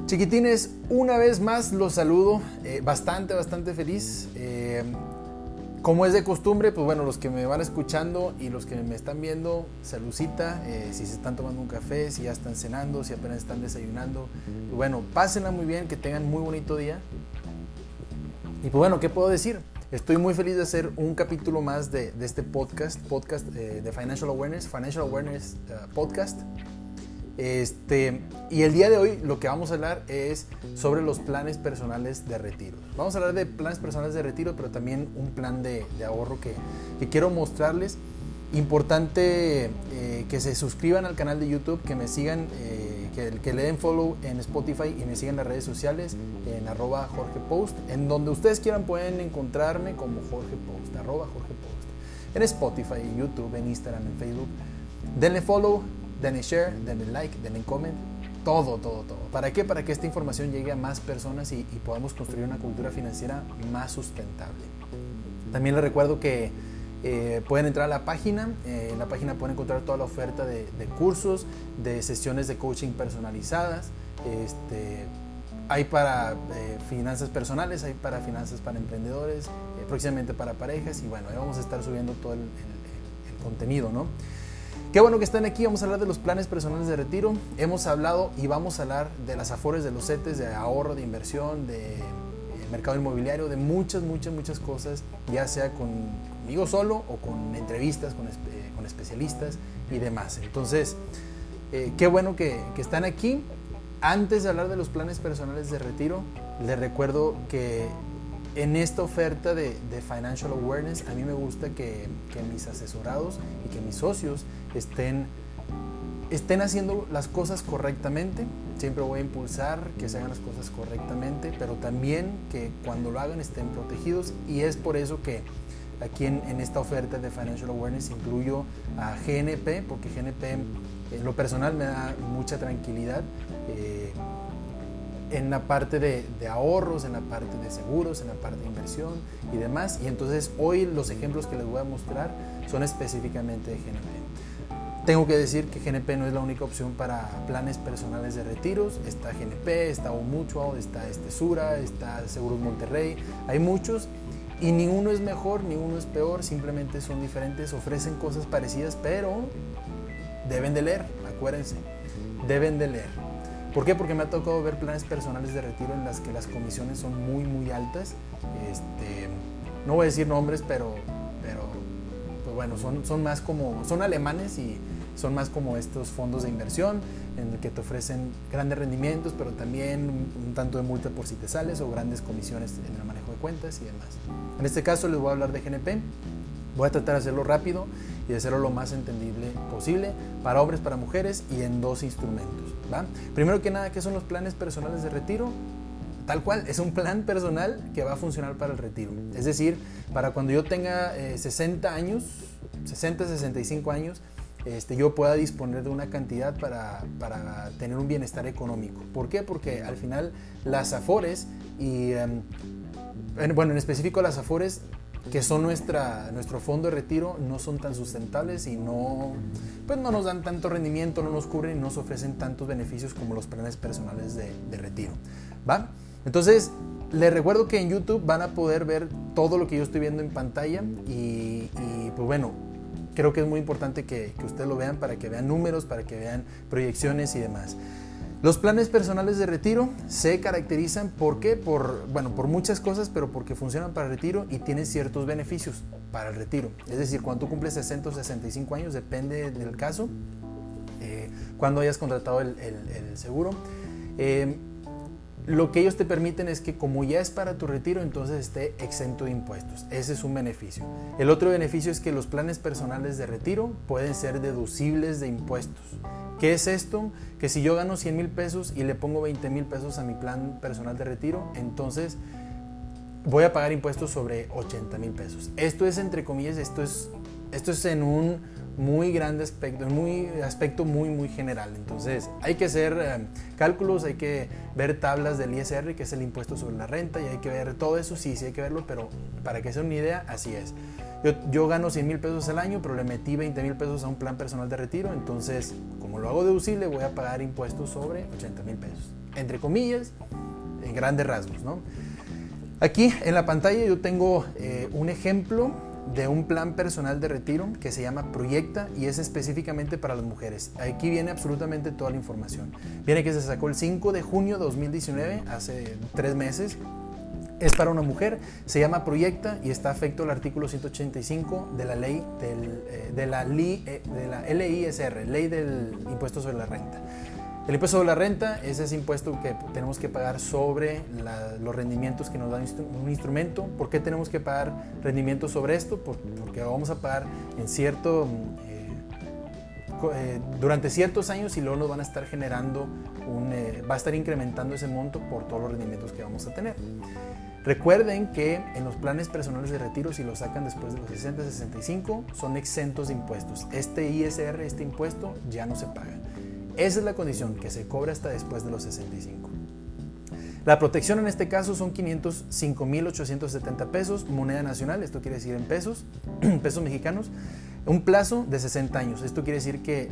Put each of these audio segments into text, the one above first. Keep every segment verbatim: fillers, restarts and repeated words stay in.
Chiquitines, una vez más los saludo, eh, bastante, bastante feliz. Eh, como es de costumbre, pues bueno, los que me van escuchando y los que me están viendo, saludcita, eh, si se están tomando un café, si ya están cenando, si apenas están desayunando. Pues bueno, pásenla muy bien, que tengan muy bonito día. Y pues bueno, ¿qué puedo decir? Estoy muy feliz de hacer un capítulo más de, de este podcast, podcast eh, de Financial Awareness, Financial Awareness uh, Podcast. Este, y el día de hoy lo que vamos a hablar es sobre los planes personales de retiro. Vamos a hablar de planes personales de retiro, pero también un plan de, de ahorro que, que quiero mostrarles. Importante eh, que se suscriban al canal de YouTube, que me sigan, eh, que, que le den follow en Spotify y me sigan en las redes sociales en arroba Jorge Post. En donde ustedes quieran pueden encontrarme como Jorge Post, arroba Jorge Post. En Spotify, en YouTube, en Instagram, en Facebook. Denle follow, denle share, denle like, denle comment, todo, todo, todo. ¿Para qué? Para que esta información llegue a más personas y, y podamos construir una cultura financiera más sustentable. También les recuerdo que eh, pueden entrar a la página, eh, en la página pueden encontrar toda la oferta de, de cursos, de sesiones de coaching personalizadas. Este, hay para eh, finanzas personales, hay para finanzas para emprendedores, eh, próximamente para parejas y bueno, ahí vamos a estar subiendo todo el, el, el, el contenido, ¿no? Qué bueno que están aquí, vamos a hablar de los planes personales de retiro. Hemos hablado y vamos a hablar de las afores, de los CETES, de ahorro, de inversión, de eh, mercado inmobiliario, de muchas, muchas, muchas cosas, ya sea con, conmigo solo o con entrevistas, con, eh, con especialistas y demás. Entonces, eh, qué bueno que, que están aquí. Antes de hablar de los planes personales de retiro, les recuerdo que en esta oferta de, de Financial Awareness, a mí me gusta que, que mis asesorados y que mis socios estén, estén haciendo las cosas correctamente. Siempre voy a impulsar que se hagan las cosas correctamente, pero también que cuando lo hagan estén protegidos. Y es por eso que aquí en, en esta oferta de Financial Awareness incluyo a G N P, porque G N P en lo personal me da mucha tranquilidad. Eh, en la parte de, de ahorros, en la parte de seguros, en la parte de inversión y demás. Y entonces hoy los ejemplos que les voy a mostrar son específicamente de G N P. Tengo que decir que G N P no es la única opción para planes personales de retiros. Está G N P, está O Mutual, está este Sura, está Seguros Monterrey. Hay muchos y ninguno es mejor, ninguno es peor, simplemente son diferentes, ofrecen cosas parecidas, pero deben de leer, acuérdense, deben de leer. ¿Por qué? Porque me ha tocado ver planes personales de retiro en las que las comisiones son muy, muy altas. Este, no voy a decir nombres, pero, pero pues bueno, son, son más como, son alemanes y son más como estos fondos de inversión en el que te ofrecen grandes rendimientos, pero también un, un tanto de multa por si te sales o grandes comisiones en el manejo de cuentas y demás. En este caso les voy a hablar de G N P. Voy a tratar de hacerlo rápido y de hacerlo lo más entendible posible para hombres, para mujeres y en dos instrumentos, ¿va? Primero que nada, ¿qué son los planes personales de retiro? Tal cual, es un plan personal que va a funcionar para el retiro. Es decir, para cuando yo tenga eh, sesenta años, sesenta, sesenta y cinco años, este, yo pueda disponer de una cantidad para, para tener un bienestar económico. ¿Por qué? Porque al final las afores y, eh, bueno, en específico las afores que son nuestra, nuestro fondo de retiro, no son tan sustentables y no, pues no nos dan tanto rendimiento, no nos cubren y no nos ofrecen tantos beneficios como los planes personales de, de retiro, ¿va? Entonces, les recuerdo que en YouTube van a poder ver todo lo que yo estoy viendo en pantalla y, y pues bueno, creo que es muy importante que, que ustedes lo vean para que vean números, para que vean proyecciones y demás. Los planes personales de retiro se caracterizan, ¿por qué? Por, bueno, por muchas cosas, pero porque funcionan para el retiro y tienen ciertos beneficios para el retiro. Es decir, cuando tú cumples sesenta o sesenta y cinco años, depende del caso, eh, cuando hayas contratado el, el, el seguro. Eh, lo que ellos te permiten es que como ya es para tu retiro, entonces esté exento de impuestos. Ese es un beneficio. El otro beneficio es que los planes personales de retiro pueden ser deducibles de impuestos. ¿Qué es esto? Que si yo gano cien mil pesos y le pongo veinte mil pesos a mi plan personal de retiro, entonces voy a pagar impuestos sobre ochenta mil pesos. Esto es entre comillas, esto es, esto es en un muy grande aspecto, en un aspecto muy muy general. Entonces hay que hacer eh, cálculos, hay que ver tablas del I S R, que es el impuesto sobre la renta, y hay que ver todo eso, sí, sí hay que verlo, pero para que sea una idea, así es. Yo, yo gano cien mil pesos al año, pero le metí veinte mil pesos a un plan personal de retiro, entonces como lo hago deducible voy a pagar impuestos sobre ochenta mil pesos. entre comillas, en grandes rasgos, ¿no? Aquí en la pantalla yo tengo eh, un ejemplo de un plan personal de retiro que se llama Proyecta y es específicamente para las mujeres. Aquí viene absolutamente toda la información. Viene que se sacó el cinco de junio de dos mil diecinueve, hace tres meses. Es para una mujer, se llama Proyecta y está afecto al artículo ciento ochenta y cinco de la ley del, eh, de, la li, eh, de la L I S R, Ley del Impuesto sobre la Renta. El impuesto sobre la renta es ese impuesto que tenemos que pagar sobre la, los rendimientos que nos da un instrumento. ¿Por qué tenemos que pagar rendimientos sobre esto? Por, porque vamos a pagar en cierto, eh, eh, durante ciertos años y luego nos van a estar generando, un, eh, va a estar incrementando ese monto por todos los rendimientos que vamos a tener. Recuerden que en los planes personales de retiro, si lo sacan después de los sesenta, sesenta y cinco, son exentos de impuestos. Este I S R, este impuesto, ya no se paga. Esa es la condición, que se cobra hasta después de los sesenta y cinco. La protección en este caso son quinientos cinco mil ochocientos setenta pesos, moneda nacional, esto quiere decir en pesos, pesos mexicanos, un plazo de sesenta años. Esto quiere decir que,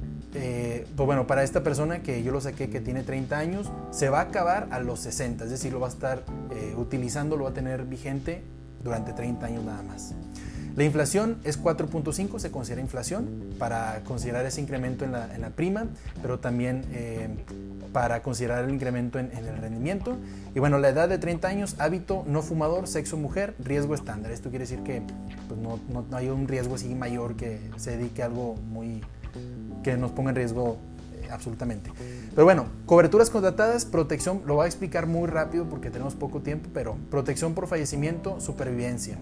eh, pues bueno, para esta persona que yo lo saqué que tiene treinta años, se va a acabar a los sesenta, es decir, lo va a estar eh, utilizando, lo va a tener vigente durante treinta años nada más. La inflación es cuatro punto cinco, se considera inflación para considerar ese incremento en la, en la prima, pero también eh, para considerar el incremento en, en el rendimiento. Y bueno, la edad de treinta años, hábito no fumador, sexo mujer, riesgo estándar. Esto quiere decir que pues, no, no, no hay un riesgo así mayor que se dedique a algo muy, que nos ponga en riesgo eh, absolutamente. Pero bueno, coberturas contratadas, protección, lo voy a explicar muy rápido porque tenemos poco tiempo, pero protección por fallecimiento, supervivencia.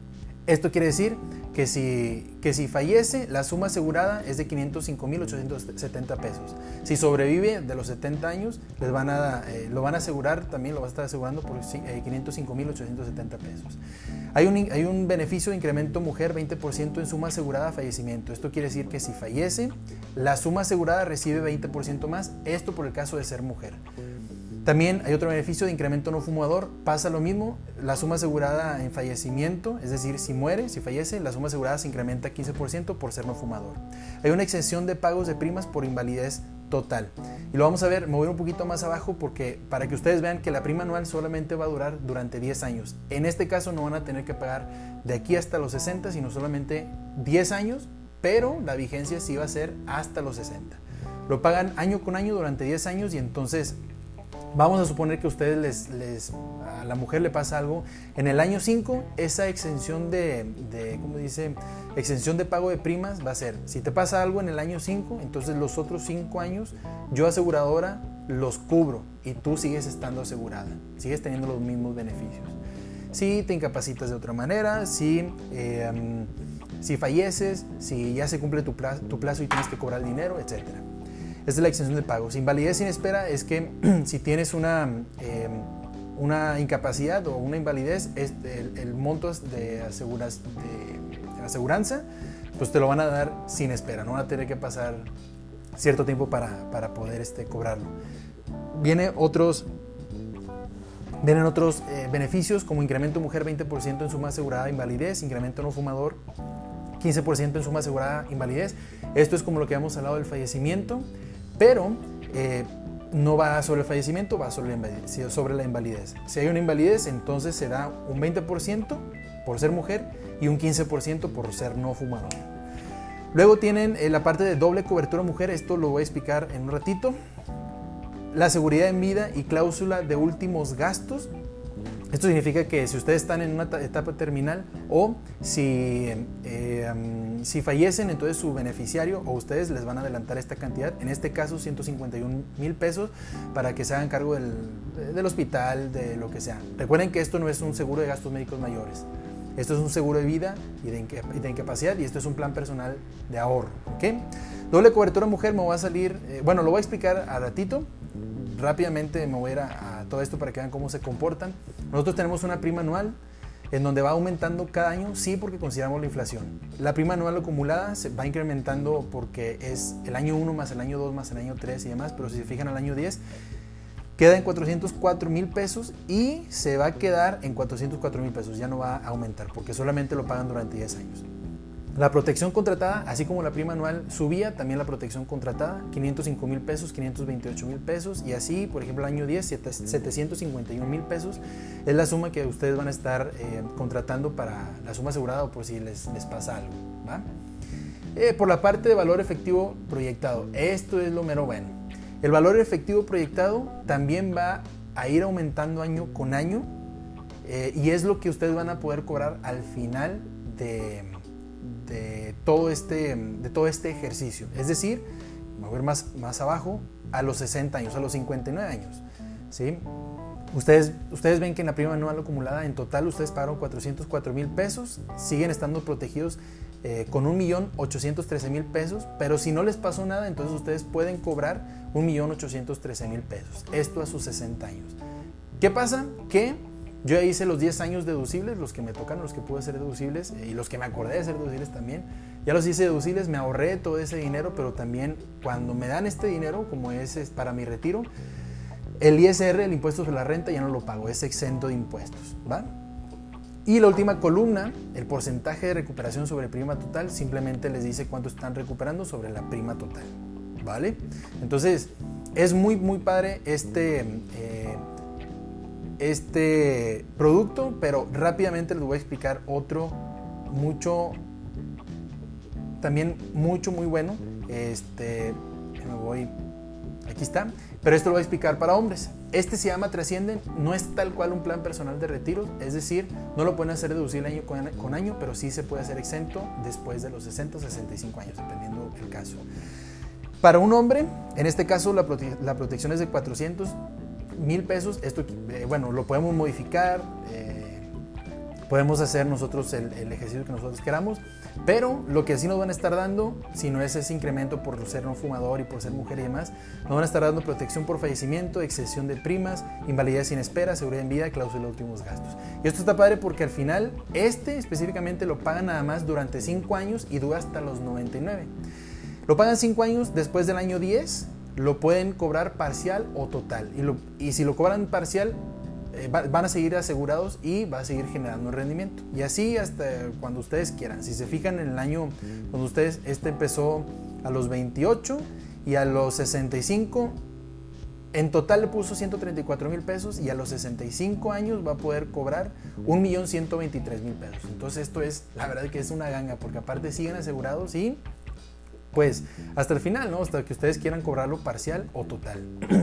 Esto quiere decir que si, que si fallece, la suma asegurada es de quinientos cinco mil ochocientos setenta pesos. Si sobrevive de los setenta años, les van a, eh, lo van a asegurar, también lo va a estar asegurando por eh, quinientos cinco mil ochocientos setenta pesos. Hay un, hay un beneficio de incremento mujer veinte por ciento en suma asegurada a fallecimiento. Esto quiere decir que si fallece, la suma asegurada recibe veinte por ciento más, esto por el caso de ser mujer. También hay otro beneficio de incremento no fumador, pasa lo mismo, la suma asegurada en fallecimiento, es decir, si muere, si fallece, la suma asegurada se incrementa quince por ciento por ser no fumador. Hay una exención de pagos de primas por invalidez total. Y lo vamos a ver, me voy un poquito más abajo porque para que ustedes vean que la prima anual solamente va a durar durante diez años. En este caso no van a tener que pagar de aquí hasta los sesenta, sino solamente diez años, pero la vigencia sí va a ser hasta los sesenta. Lo pagan año con año durante diez años y entonces vamos a suponer que a ustedes les, les, a la mujer le pasa algo en el año cinco, esa exención de, de, ¿cómo dice? Exención de pago de primas va a ser, si te pasa algo en el año cinco, entonces los otros cinco años yo aseguradora los cubro y tú sigues estando asegurada, sigues teniendo los mismos beneficios. Si te incapacitas de otra manera, si, eh, um, si falleces, si ya se cumple tu plazo, tu plazo y tienes que cobrar el dinero, etcétera. Esta es la exención de pagos. Invalidez sin espera es que si tienes una, eh, una incapacidad o una invalidez, es el, el monto de, aseguras, de aseguranza, pues te lo van a dar sin espera. No van a tener que pasar cierto tiempo para, para poder este, cobrarlo. Viene otros, vienen otros eh, beneficios como incremento mujer veinte por ciento en suma asegurada invalidez, incremento no fumador quince por ciento en suma asegurada invalidez. Esto es como lo que hemos hablado del fallecimiento. Pero eh, no va sobre el fallecimiento, va sobre la, invalidez, sobre la invalidez. Si hay una invalidez, entonces se da un veinte por ciento por ser mujer y un quince por ciento por ser no fumador. Luego tienen eh, la parte de doble cobertura mujer, esto lo voy a explicar en un ratito. La seguridad en vida y cláusula de últimos gastos. Esto significa que si ustedes están en una etapa terminal o si, eh, um, si fallecen, entonces su beneficiario o ustedes les van a adelantar esta cantidad, en este caso ciento cincuenta y un mil pesos para que se hagan cargo del, del hospital, de lo que sea. Recuerden que esto no es un seguro de gastos médicos mayores, esto es un seguro de vida y de, y de incapacidad y esto es un plan personal de ahorro. ¿Okay? Doble cobertura mujer me va a salir, eh, bueno, lo voy a explicar a ratito. Rápidamente me voy a ir a, a todo esto para que vean cómo se comportan. Nosotros tenemos una prima anual en donde va aumentando cada año, sí, porque consideramos la inflación. La prima anual acumulada se va incrementando porque es el año uno más el año dos más el año tres y demás, pero si se fijan al año diez queda en cuatrocientos cuatro mil pesos y se va a quedar en cuatrocientos cuatro mil pesos, ya no va a aumentar porque solamente lo pagan durante diez años. La protección contratada, así como la prima anual subía, también la protección contratada, quinientos cinco mil pesos, quinientos veintiocho mil pesos, y así, por ejemplo, el año diez, setecientos cincuenta y un mil pesos, es la suma que ustedes van a estar eh, contratando para la suma asegurada o por si les, les pasa algo, ¿va? Eh, por la parte de valor efectivo proyectado, esto es lo mero bueno. El valor efectivo proyectado también va a ir aumentando año con año, eh, y es lo que ustedes van a poder cobrar al final de... De todo, este, de todo este ejercicio. Es decir, me voy a ir más, más abajo, a los sesenta años, a los cincuenta y nueve años, ¿sí? Ustedes, ustedes ven que en la prima anual acumulada en total ustedes pagaron cuatrocientos cuatro mil pesos, siguen estando protegidos eh, con un millón ochocientos trece mil pesos, pero si no les pasó nada, entonces ustedes pueden cobrar un millón ochocientos trece mil pesos. Esto a sus sesenta años. ¿Qué pasa? Que yo ya hice los diez años deducibles, los que me tocan, los que pude hacer deducibles, y los que me acordé de hacer deducibles también. Ya los hice deducibles, me ahorré todo ese dinero, pero también cuando me dan este dinero, como es, es para mi retiro, el I S R, el impuesto sobre la renta, ya no lo pago, es exento de impuestos, ¿va? Y la última columna, el porcentaje de recuperación sobre prima total, simplemente les dice cuánto están recuperando sobre la prima total, ¿vale? Entonces, es muy, muy padre este... Eh, este producto, pero rápidamente les voy a explicar otro mucho, también mucho muy bueno. Este, me voy, aquí está, pero esto lo voy a explicar para hombres. Este se llama Trascienden, no es tal cual un plan personal de retiro, es decir, no lo pueden hacer deducible año con, con año, pero sí se puede hacer exento después de los sesenta o sesenta y cinco años, dependiendo del caso. Para un hombre, en este caso la, prote la protección es de cuatrocientos mil pesos. Esto, eh, bueno, lo podemos modificar, eh, podemos hacer nosotros el, el ejercicio que nosotros queramos, pero lo que sí nos van a estar dando, si no es ese incremento por ser no fumador y por ser mujer y demás, nos van a estar dando protección por fallecimiento, excesión de primas, invalidez sin espera, seguridad en vida, cláusula de últimos gastos. Y esto está padre porque al final, este específicamente lo pagan nada más durante cinco años y dura hasta los noventa y nueve. Lo pagan cinco años, después del año diez lo pueden cobrar parcial o total, y, lo, y si lo cobran parcial eh, va, van a seguir asegurados y va a seguir generando rendimiento, y así hasta cuando ustedes quieran. Si se fijan en el año cuando ustedes, este empezó a los veintiocho y a los sesenta y cinco, en total le puso ciento treinta y cuatro mil pesos, y a los sesenta y cinco años va a poder cobrar un millón ciento veintitrés mil pesos. Entonces esto es, la verdad que es una ganga, porque aparte siguen asegurados y pues hasta el final, ¿no? Hasta que ustedes quieran cobrarlo parcial o total.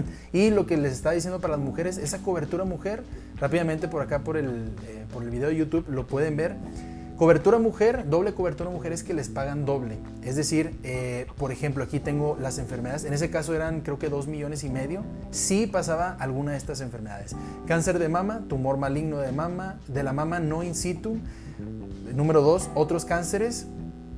Y lo que les está diciendo para las mujeres, esa cobertura mujer, rápidamente por acá por el, eh, por el video de YouTube lo pueden ver. Cobertura mujer, doble cobertura mujer es que les pagan doble. Es decir, eh, por ejemplo, aquí tengo las enfermedades. En ese caso eran creo que dos millones y medio. Si pasaba alguna de estas enfermedades. Cáncer de mama, tumor maligno de mama, de la mama no in situ. Número dos, otros cánceres,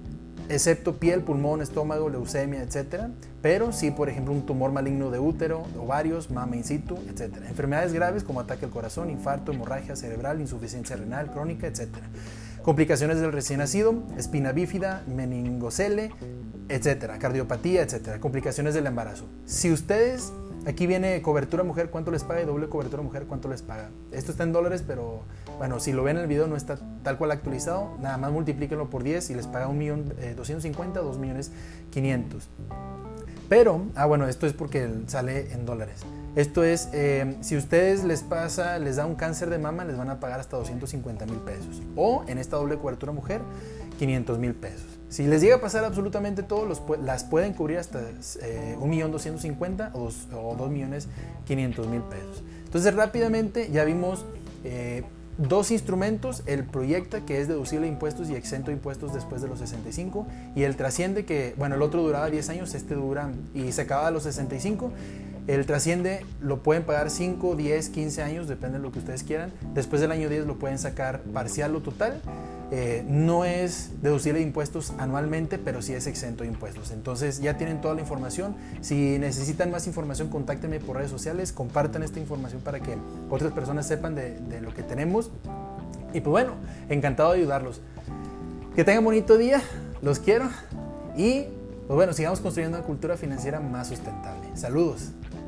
excepto piel, pulmón, estómago, leucemia, etcétera. Pero sí, por ejemplo, un tumor maligno de útero, ovarios, mama in situ, etcétera. Enfermedades graves como ataque al corazón, infarto, hemorragia cerebral, insuficiencia renal crónica, etcétera. Complicaciones del recién nacido, espina bífida, meningocele, etcétera. Cardiopatía, etcétera. Complicaciones del embarazo. Si ustedes, aquí viene cobertura mujer, ¿cuánto les paga? Y doble cobertura mujer, ¿cuánto les paga? Esto está en dólares, pero bueno, si lo ven en el video no está tal cual actualizado. Nada más multiplíquenlo por diez y les paga un millón doscientos cincuenta, dos millones quinientos. Pero, ah bueno, esto es porque sale en dólares. Esto es, eh, si ustedes les pasa, les da un cáncer de mama, les van a pagar hasta doscientos cincuenta mil pesos. O en esta doble cobertura mujer, quinientos mil pesos. Si les llega a pasar absolutamente todo, los, las pueden cubrir hasta eh, un millón doscientos cincuenta o dos millones quinientos mil pesos. Entonces rápidamente ya vimos eh, dos instrumentos, el Proyecta, que es deducible de impuestos y exento de impuestos después de los sesenta y cinco, y el Trasciende, que bueno, el otro duraba diez años, este dura y se acaba a los sesenta y cinco. El Trasciende lo pueden pagar cinco, diez, quince años, depende de lo que ustedes quieran. Después del año diez lo pueden sacar parcial o total. Eh, no es deducible de impuestos anualmente, pero sí es exento de impuestos. Entonces ya tienen toda la información. Si necesitan más información, contáctenme por redes sociales, compartan esta información para que otras personas sepan de, de lo que tenemos. Y pues bueno, encantado de ayudarlos. Que tengan bonito día, los quiero y pues bueno, sigamos construyendo una cultura financiera más sustentable. Saludos.